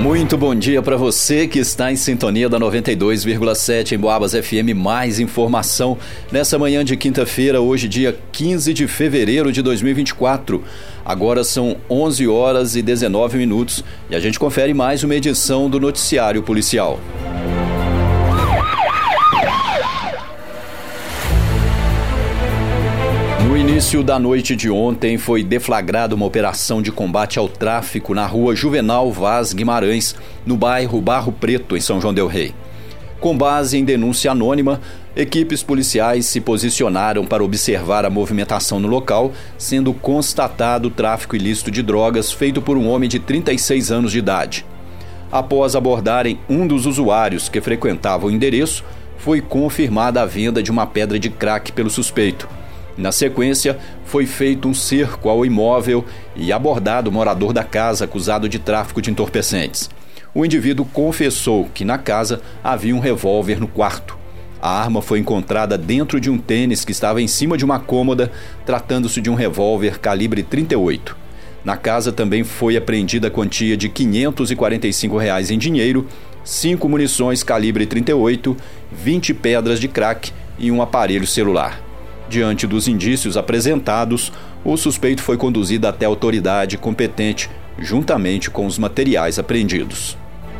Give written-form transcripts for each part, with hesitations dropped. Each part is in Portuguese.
Muito bom dia para você que está em sintonia da 92,7 em Boabas FM. Mais informação nessa manhã de quinta-feira, hoje dia 15 de fevereiro de 2024. Agora são 11 horas e 19 minutos e a gente confere mais uma edição do Noticiário Policial. No início da noite de ontem foi deflagrada uma operação de combate ao tráfico na rua Juvenal Vaz Guimarães, no bairro Barro Preto, em São João del Rei. Com base em denúncia anônima, equipes policiais se posicionaram para observar a movimentação no local, sendo constatado o tráfico ilícito de drogas feito por um homem de 36 anos de idade. Após abordarem um dos usuários que frequentava o endereço, foi confirmada a venda de uma pedra de crack pelo suspeito. Na sequência, foi feito um cerco ao imóvel e abordado o morador da casa acusado de tráfico de entorpecentes. O indivíduo confessou que na casa havia um revólver no quarto. A arma foi encontrada dentro de um tênis que estava em cima de uma cômoda, tratando-se de um revólver calibre 38. Na casa também foi apreendida a quantia de R$ 545 em dinheiro, 5 munições calibre 38, 20 pedras de crack e um aparelho celular. Diante dos indícios apresentados, o suspeito foi conduzido até a autoridade competente, juntamente com os materiais apreendidos.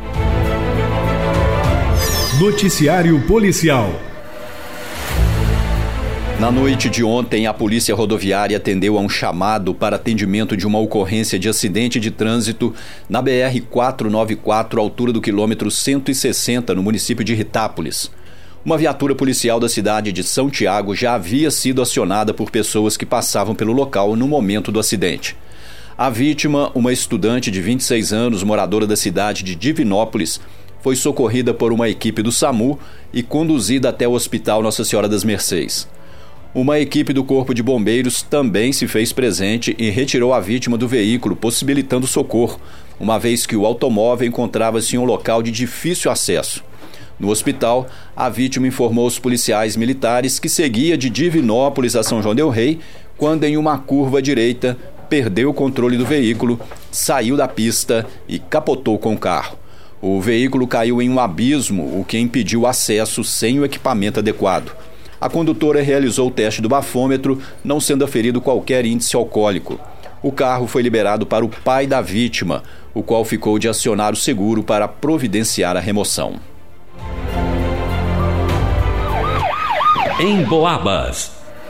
Noticiário Policial. Na noite de ontem, a Polícia Rodoviária atendeu a um chamado para atendimento de uma ocorrência de acidente de trânsito na BR-494, à altura do quilômetro 160, no município de Ritápolis. Uma viatura policial da cidade de São Tiago já havia sido acionada por pessoas que passavam pelo local no momento do acidente. A vítima, uma estudante de 26 anos, moradora da cidade de Divinópolis, foi socorrida por uma equipe do SAMU e conduzida até o Hospital Nossa Senhora das Mercês. Uma equipe do Corpo de Bombeiros também se fez presente e retirou a vítima do veículo, possibilitando socorro, uma vez que o automóvel encontrava-se em um local de difícil acesso. No hospital, a vítima informou aos policiais militares que seguia de Divinópolis a São João del Rei, quando em uma curva à direita perdeu o controle do veículo, saiu da pista e capotou com o carro. O veículo caiu em um abismo, o que impediu o acesso sem o equipamento adequado. A condutora realizou o teste do bafômetro, não sendo aferido qualquer índice alcoólico. O carro foi liberado para o pai da vítima, o qual ficou de acionar o seguro para providenciar a remoção. Em Boabas.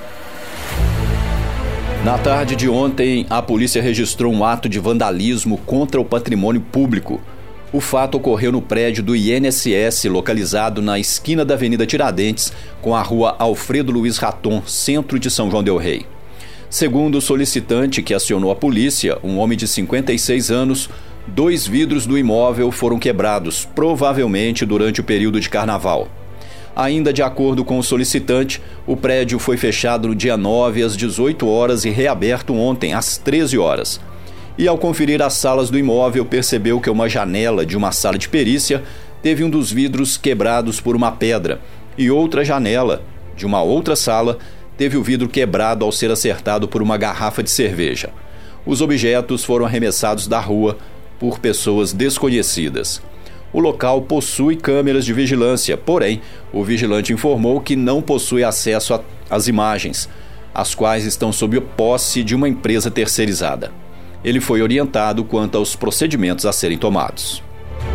Na tarde de ontem, a polícia registrou um ato de vandalismo contra o patrimônio público. O fato ocorreu no prédio do INSS, localizado na esquina da Avenida Tiradentes, com a rua Alfredo Luiz Raton, centro de São João del Rei. Segundo o solicitante que acionou a polícia, um homem de 56 anos, 2 vidros do imóvel foram quebrados, provavelmente durante o período de carnaval. Ainda de acordo com o solicitante, o prédio foi fechado no dia 9 às 18 horas e reaberto ontem às 13 horas. E ao conferir as salas do imóvel, percebeu que uma janela de uma sala de perícia teve um dos vidros quebrados por uma pedra e outra janela de uma outra sala teve o vidro quebrado ao ser acertado por uma garrafa de cerveja. Os objetos foram arremessados da rua por pessoas desconhecidas. O local possui câmeras de vigilância, porém, o vigilante informou que não possui acesso às imagens, as quais estão sob posse de uma empresa terceirizada. Ele foi orientado quanto aos procedimentos a serem tomados.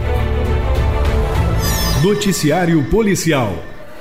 Noticiário Policial.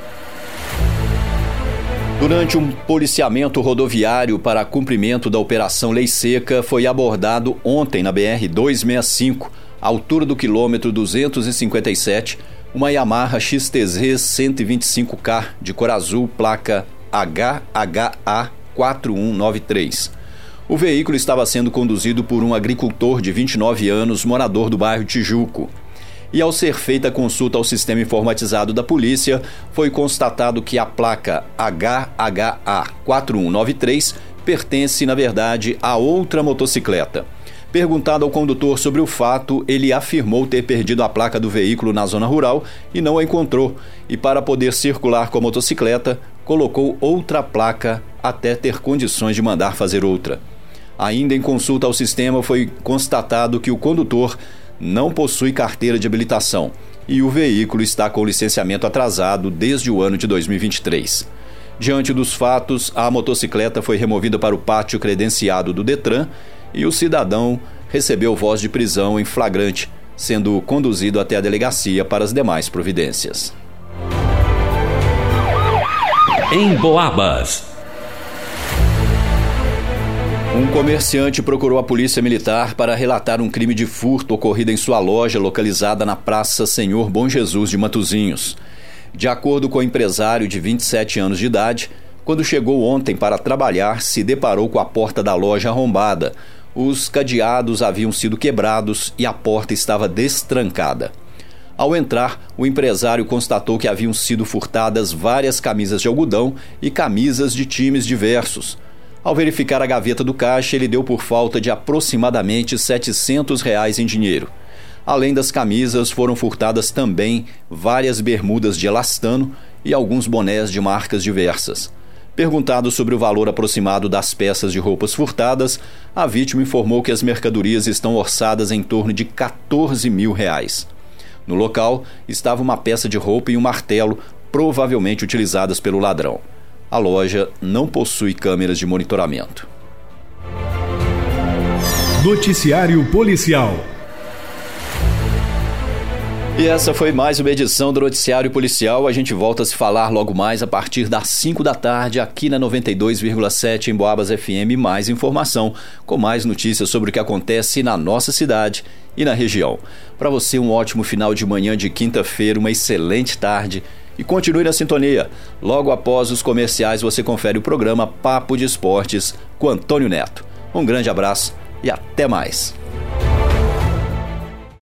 Durante um policiamento rodoviário para cumprimento da Operação Lei Seca, foi abordado ontem na BR-265, à altura do quilômetro 257, uma Yamaha XTZ 125K de cor azul, placa HHA 4193. O veículo estava sendo conduzido por um agricultor de 29 anos, morador do bairro Tijuco. E ao ser feita a consulta ao sistema informatizado da polícia, foi constatado que a placa HHA 4193 pertence, na verdade, a outra motocicleta. Perguntado ao condutor sobre o fato, ele afirmou ter perdido a placa do veículo na zona rural e não a encontrou. E para poder circular com a motocicleta, colocou outra placa até ter condições de mandar fazer outra. Ainda em consulta ao sistema, foi constatado que o condutor não possui carteira de habilitação e o veículo está com licenciamento atrasado desde o ano de 2023. Diante dos fatos, a motocicleta foi removida para o pátio credenciado do Detran e o cidadão recebeu voz de prisão em flagrante, sendo conduzido até a delegacia para as demais providências. Em Boabas. Um comerciante procurou a polícia militar para relatar um crime de furto ocorrido em sua loja localizada na Praça Senhor Bom Jesus de Matozinhos. De acordo com o empresário de 27 anos de idade, quando chegou ontem para trabalhar, se deparou com a porta da loja arrombada. Os cadeados haviam sido quebrados e a porta estava destrancada. Ao entrar, o empresário constatou que haviam sido furtadas várias camisas de algodão e camisas de times diversos. Ao verificar a gaveta do caixa, ele deu por falta de aproximadamente R$ 700 em dinheiro. Além das camisas, foram furtadas também várias bermudas de elastano e alguns bonés de marcas diversas. Perguntado sobre o valor aproximado das peças de roupas furtadas, a vítima informou que as mercadorias estão orçadas em torno de R$ 14 mil. No local, estava uma peça de roupa e um martelo, provavelmente utilizadas pelo ladrão. A loja não possui câmeras de monitoramento. Noticiário Policial. E essa foi mais uma edição do Noticiário Policial. A gente volta a se falar logo mais a partir das 5 da tarde aqui na 92,7 em Boabas FM. Mais informação, com mais notícias sobre o que acontece na nossa cidade e na região. Para você, um ótimo final de manhã de quinta-feira, uma excelente tarde e continue na sintonia. Logo após os comerciais, você confere o programa Papo de Esportes com Antônio Neto. Um grande abraço e até mais.